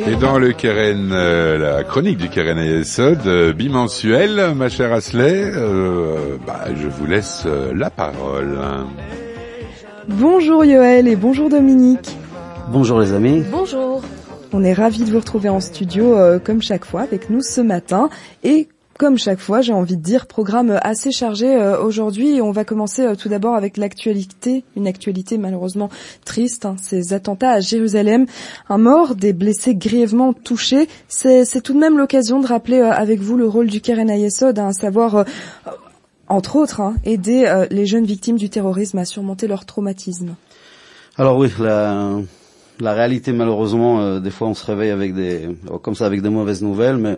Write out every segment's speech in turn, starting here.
Et dans le Keren, la chronique du Keren Ayesod, bimensuel, ma chère Asley, je vous laisse la parole. Bonjour Yoël et bonjour Dominique. Bonjour les amis. Bonjour. On est ravis de vous retrouver en studio comme chaque fois avec nous ce matin et comme chaque fois, j'ai envie de dire, programme assez chargé aujourd'hui. Et on va commencer tout d'abord avec l'actualité, une actualité malheureusement triste, ces attentats à Jérusalem. Un mort, des blessés grièvement touchés. C'est tout de même l'occasion de rappeler avec vous le rôle du Keren Ayesod, à savoir, entre autres, aider les jeunes victimes du terrorisme à surmonter leur traumatisme. Alors oui, la réalité malheureusement, des fois on se réveille avec des mauvaises nouvelles, mais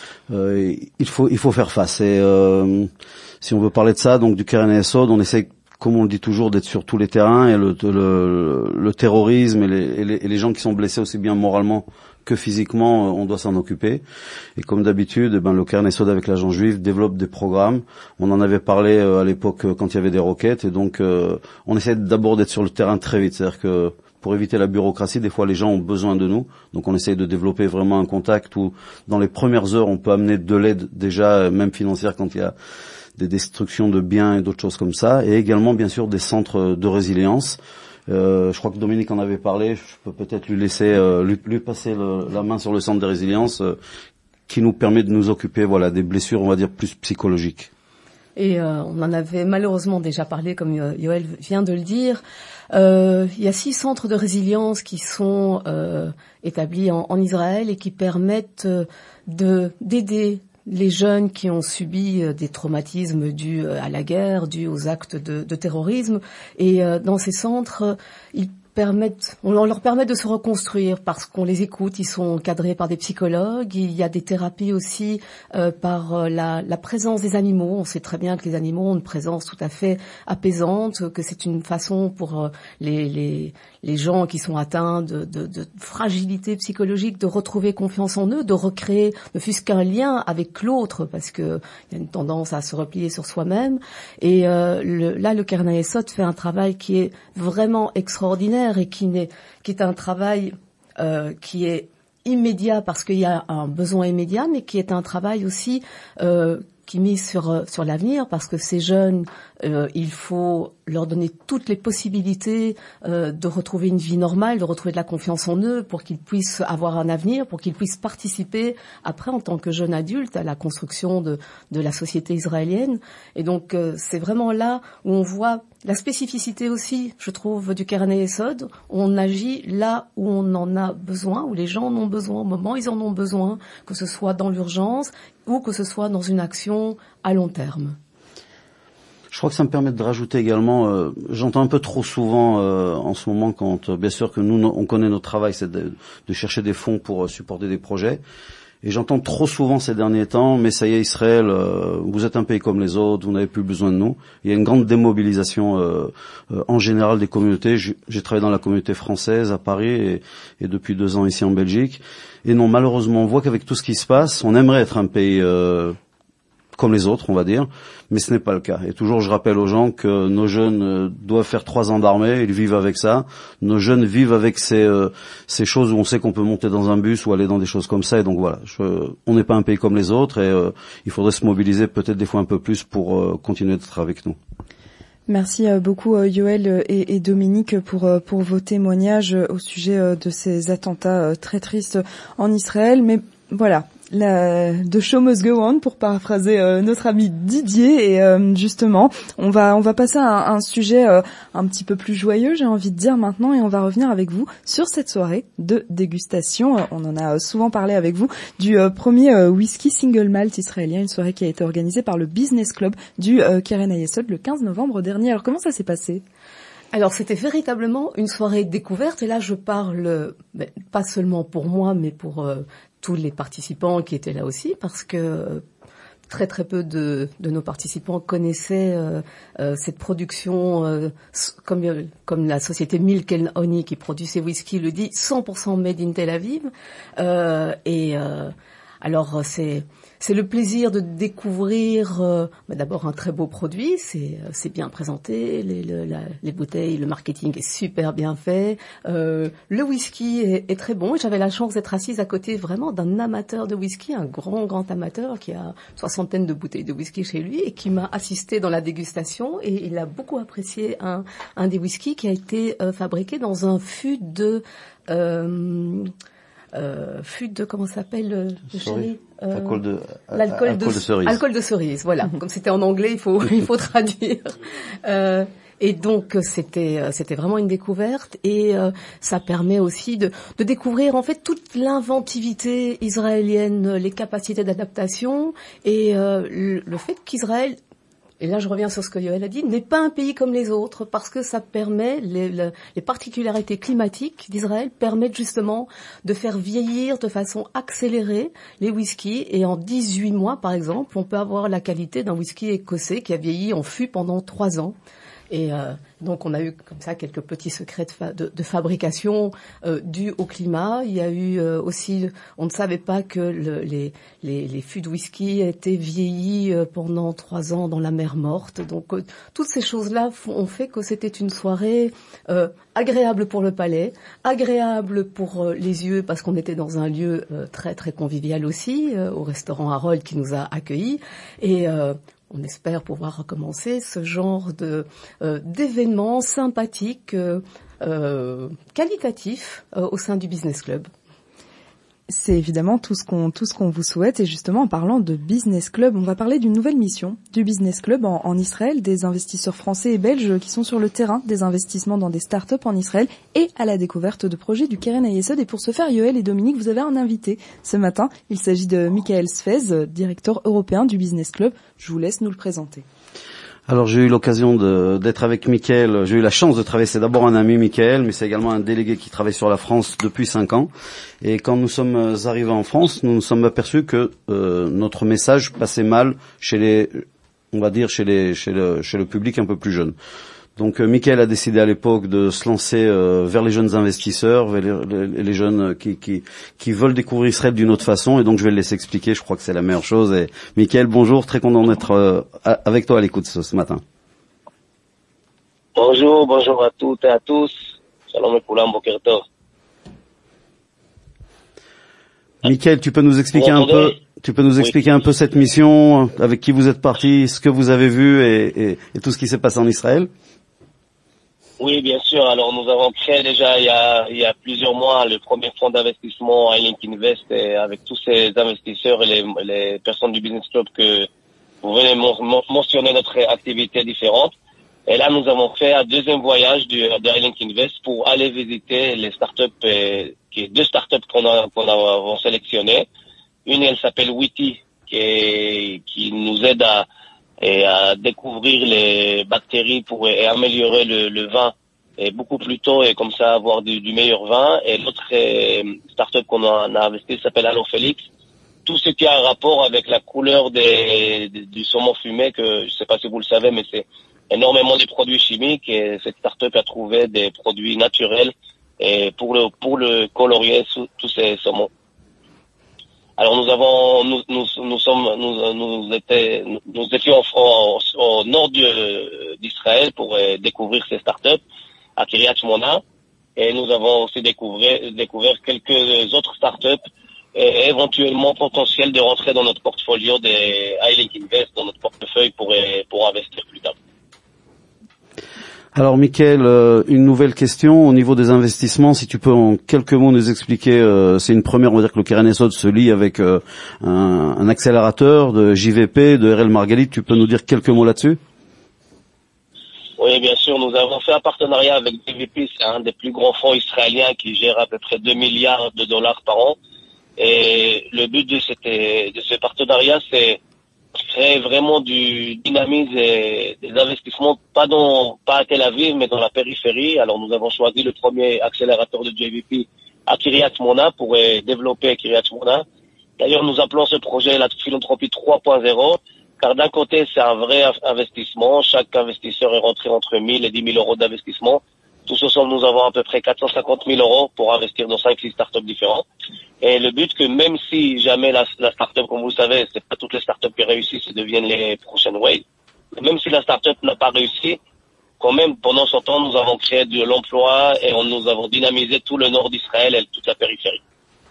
il faut faire face. Et si on veut parler de ça, donc du Keren Ayesod, on essaie, comme on le dit toujours, d'être sur tous les terrains, et le terrorisme et les gens qui sont blessés aussi bien moralement que physiquement, on doit s'en occuper. Et comme d'habitude, le Keren Ayesod avec l'agent juif développe des programmes. On en avait parlé à l'époque quand il y avait des roquettes, et donc on essaie d'abord d'être sur le terrain très vite, c'est-à-dire que pour éviter la bureaucratie, des fois les gens ont besoin de nous, donc on essaye de développer vraiment un contact où dans les premières heures on peut amener de l'aide déjà, même financière, quand il y a des destructions de biens et d'autres choses comme ça, et également bien sûr des centres de résilience. Je crois que Dominique en avait parlé, je peux peut-être lui laisser lui passer la main sur le centre de résilience qui nous permet de nous occuper des blessures, on va dire, plus psychologiques. Et on en avait malheureusement déjà parlé, comme Yoël vient de le dire. Il y a 6 centres de résilience qui sont établis en Israël et qui permettent d'aider les jeunes qui ont subi des traumatismes dus à la guerre, dus aux actes de terrorisme. Et dans ces centres, on leur permet de se reconstruire parce qu'on les écoute, ils sont encadrés par des psychologues, il y a des thérapies aussi par la présence des animaux. On sait très bien que les animaux ont une présence tout à fait apaisante, que c'est une façon pour les gens qui sont atteints de fragilité psychologique de retrouver confiance en eux, de recréer ne fût-ce qu'un lien avec l'autre, parce que il y a une tendance à se replier sur soi-même. Et le Keren Ayesod fait un travail qui est vraiment extraordinaire et qui est un travail qui est immédiat parce qu'il y a un besoin immédiat, mais qui est un travail aussi qui mise sur l'avenir, parce que ces jeunes, il faut leur donner toutes les possibilités de retrouver une vie normale, de retrouver de la confiance en eux, pour qu'ils puissent avoir un avenir, pour qu'ils puissent participer après en tant que jeunes adultes à la construction de la société israélienne. Et donc c'est vraiment là où on voit la spécificité aussi, je trouve, du Keren Ayesod. On agit là où on en a besoin, où les gens en ont besoin, au moment où ils en ont besoin, que ce soit dans l'urgence ou que ce soit dans une action à long terme. Je crois que ça me permet de rajouter également, j'entends un peu trop souvent en ce moment, quand bien sûr que nous on connaît notre travail, c'est de chercher des fonds pour supporter des projets. Et j'entends trop souvent ces derniers temps, mais ça y est Israël, vous êtes un pays comme les autres, vous n'avez plus besoin de nous. Il y a une grande démobilisation en général des communautés. J'ai travaillé dans la communauté française à Paris et depuis 2 ans ici en Belgique. Et non, malheureusement, on voit qu'avec tout ce qui se passe, on aimerait être un pays comme les autres, on va dire, mais ce n'est pas le cas. Et toujours, je rappelle aux gens que nos jeunes doivent faire 3 ans d'armée, ils vivent avec ça. Nos jeunes vivent avec ces choses où on sait qu'on peut monter dans un bus ou aller dans des choses comme ça. Et donc voilà, on n'est pas un pays comme les autres et il faudrait se mobiliser peut-être des fois un peu plus pour continuer d'être avec nous. Merci beaucoup Yoël et Dominique pour vos témoignages au sujet de ces attentats très tristes en Israël. Mais voilà, The show must go on, pour paraphraser notre ami Didier. Et justement, on va passer à un sujet un petit peu plus joyeux, j'ai envie de dire maintenant, et on va revenir avec vous sur cette soirée de dégustation. On en a souvent parlé avec vous du premier whisky single malt israélien, une soirée qui a été organisée par le Business Club du Keren Ayesod le 15 novembre dernier. Alors comment ça s'est passé ? Alors c'était véritablement une soirée découverte, et là je parle pas seulement pour moi, mais pour tous les participants qui étaient là aussi, parce que très très peu de nos participants connaissaient cette production, comme la société Milk and Honey qui produit ces whisky le dit, 100% made in Tel Aviv, et Alors c'est le plaisir de découvrir d'abord un très beau produit, c'est bien présenté, les bouteilles, le marketing est super bien fait, le whisky est très bon. J'avais la chance d'être assise à côté vraiment d'un amateur de whisky, un grand amateur qui a 60 de bouteilles de whisky chez lui et qui m'a assisté dans la dégustation, et il a beaucoup apprécié un des whiskies qui a été fabriqué dans un fût de comment ça s'appelle le chéri, alcool de cerise. Alcool de cerise, voilà. Comme c'était en anglais, il faut traduire. Et donc c'était vraiment une découverte, et ça permet aussi de découvrir en fait toute l'inventivité israélienne, les capacités d'adaptation, et le fait qu'Israël, et là je reviens sur ce que Yoel a dit, n'est pas un pays comme les autres, parce que ça permet, les particularités climatiques d'Israël permettent justement de faire vieillir de façon accélérée les whiskies, et en 18 mois par exemple, on peut avoir la qualité d'un whisky écossais qui a vieilli en fût pendant 3 ans. Et donc on a eu comme ça quelques petits secrets de fabrication dus au climat. Il y a eu aussi, on ne savait pas que les fûts de whisky étaient vieillis pendant 3 ans dans la mer Morte. Donc toutes ces choses-là ont fait que c'était une soirée agréable pour le palais, agréable pour les yeux, parce qu'on était dans un lieu très très convivial aussi, au restaurant Harold qui nous a accueillis, et on espère pouvoir recommencer ce genre d'événements sympathiques, qualitatifs au sein du Business Club. C'est évidemment tout ce qu'on vous souhaite. Et justement, en parlant de Business Club, on va parler d'une nouvelle mission du Business Club en Israël, des investisseurs français et belges qui sont sur le terrain des investissements dans des startups en Israël et à la découverte de projets du Keren Hayesod. Et pour ce faire, Yoel et Dominique, vous avez un invité ce matin. Il s'agit de Michael Sfez, directeur européen du Business Club. Je vous laisse nous le présenter. Alors j'ai eu l'occasion d'être avec Michael, j'ai eu la chance de travailler, c'est d'abord un ami Michael, mais c'est également un délégué qui travaille sur la France depuis 5 ans. Et quand nous sommes arrivés en France, nous nous sommes aperçus que notre message passait mal chez le public un peu plus jeune. Donc Michael a décidé à l'époque de se lancer vers les jeunes investisseurs, vers les jeunes qui veulent découvrir Israël d'une autre façon, et donc je vais le laisser expliquer, je crois que c'est la meilleure chose. Et Michael, bonjour, très content d'être avec toi à l'écoute ce matin. Bonjour à toutes et à tous. Shalom lekoulam, boker tov. Michael, tu peux nous expliquer un peu cette mission, avec qui vous êtes parti, ce que vous avez vu et tout ce qui s'est passé en Israël? Oui, bien sûr. Alors, nous avons créé déjà il y a plusieurs mois le premier fonds d'investissement iLink Invest, et avec tous ces investisseurs et les personnes du Business Club que vous venez mentionner notre activité différente. Et là, nous avons fait un deuxième voyage de iLink Invest pour aller visiter les startups, deux startups qu'on a sélectionnées. Une, elle s'appelle Witty, qui nous aide à découvrir les bactéries pour améliorer le vin et beaucoup plus tôt, et comme ça avoir du meilleur vin. Et l'autre startup qu'on a investi s'appelle Allo Félix. Tout ce qui a un rapport avec la couleur du saumon fumé, que je sais pas si vous le savez, mais c'est énormément de produits chimiques, et cette startup a trouvé des produits naturels et pour le colorier tous ces saumons. Alors nous étions au nord d'Israël pour découvrir ces startups à Kiryat Shmona, et nous avons aussi découvert quelques autres startups et éventuellement potentielles de rentrer dans notre portfolio des iLink Invest, dans notre portefeuille pour investir plus tard. Alors, Michael, une nouvelle question au niveau des investissements. Si tu peux en quelques mots nous expliquer, c'est une première, on va dire que le Keren Hayesod se lie avec un accélérateur de JVP, de RL Margalit. Tu peux nous dire quelques mots là-dessus? Oui, bien sûr. Nous avons fait un partenariat avec JVP. C'est un des plus grands fonds israéliens qui gère à peu près 2 milliards de dollars par an. Et le but de ce partenariat, c'est créer vraiment du dynamisme et des investissements, pas à Tel Aviv, mais dans la périphérie. Alors nous avons choisi le premier accélérateur de JVP à Kiryat Shmona pour développer Kiryat Shmona. D'ailleurs, nous appelons ce projet la philanthropie 3.0, car d'un côté, c'est un vrai investissement. Chaque investisseur est rentré entre 1 000 et 10 000 euros d'investissement. Tous ensemble, nous avons à peu près 450 000 euros pour investir dans 5-6 startups différents. Et le but que même si jamais la start-up, comme vous le savez, c'est pas toutes les start-up qui réussissent et deviennent les prochaines waves. Même si la start-up n'a pas réussi, quand même, pendant ce temps, nous avons créé de l'emploi et nous avons dynamisé tout le nord d'Israël et toute la périphérie.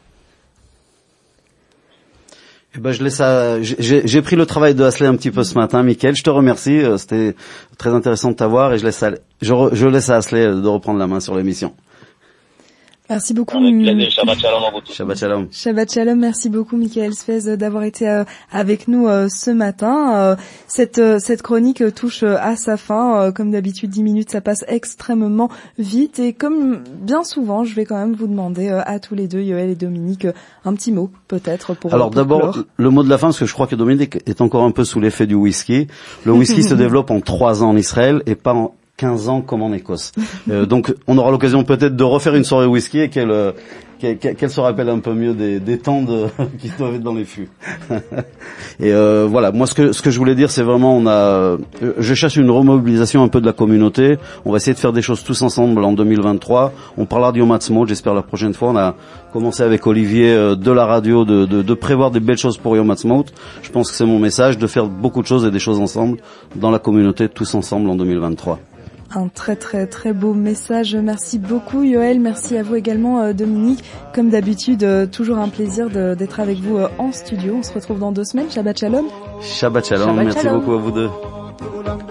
Eh ben, j'ai pris le travail de Asley un petit peu ce matin, Mickaël. Je te remercie. C'était très intéressant de t'avoir et je laisse à Asley de reprendre la main sur l'émission. Merci beaucoup. Avec plaisir. Shabbat shalom à vous tous. Shabbat shalom. Shabbat shalom. Merci beaucoup, Mickaël Sfez, d'avoir été avec nous ce matin. Cette chronique touche à sa fin. Comme d'habitude, 10 minutes, ça passe extrêmement vite. Et comme bien souvent, je vais quand même vous demander à tous les deux, Yoël et Dominique, un petit mot, peut-être, pour Alors d'abord, clore. le mot de la fin, parce que je crois que Dominique est encore un peu sous l'effet du whisky. Le whisky se développe en 3 ans en Israël et pas en 15 ans comme en Écosse. Donc on aura l'occasion peut-être de refaire une soirée whisky et qu'elle se rappelle un peu mieux des temps qui doivent être dans les fûts. Et voilà, moi ce que je voulais dire, c'est vraiment je cherche une remobilisation un peu de la communauté. On va essayer de faire des choses tous ensemble en 2023. On parlera du Yom Ha'atzmaut, j'espère la prochaine fois. On a commencé avec Olivier de la radio de prévoir des belles choses pour Yom Ha'atzmaut. Je pense que c'est mon message, de faire beaucoup de choses et des choses ensemble dans la communauté, tous ensemble en 2023. Un très très très beau message. Merci beaucoup Yoël, merci à vous également Dominique. Comme d'habitude, toujours un plaisir d'être avec vous en studio. On se retrouve dans 2 semaines. Shabbat shalom. Shabbat shalom, Shabbat merci shalom. beaucoup à vous deux.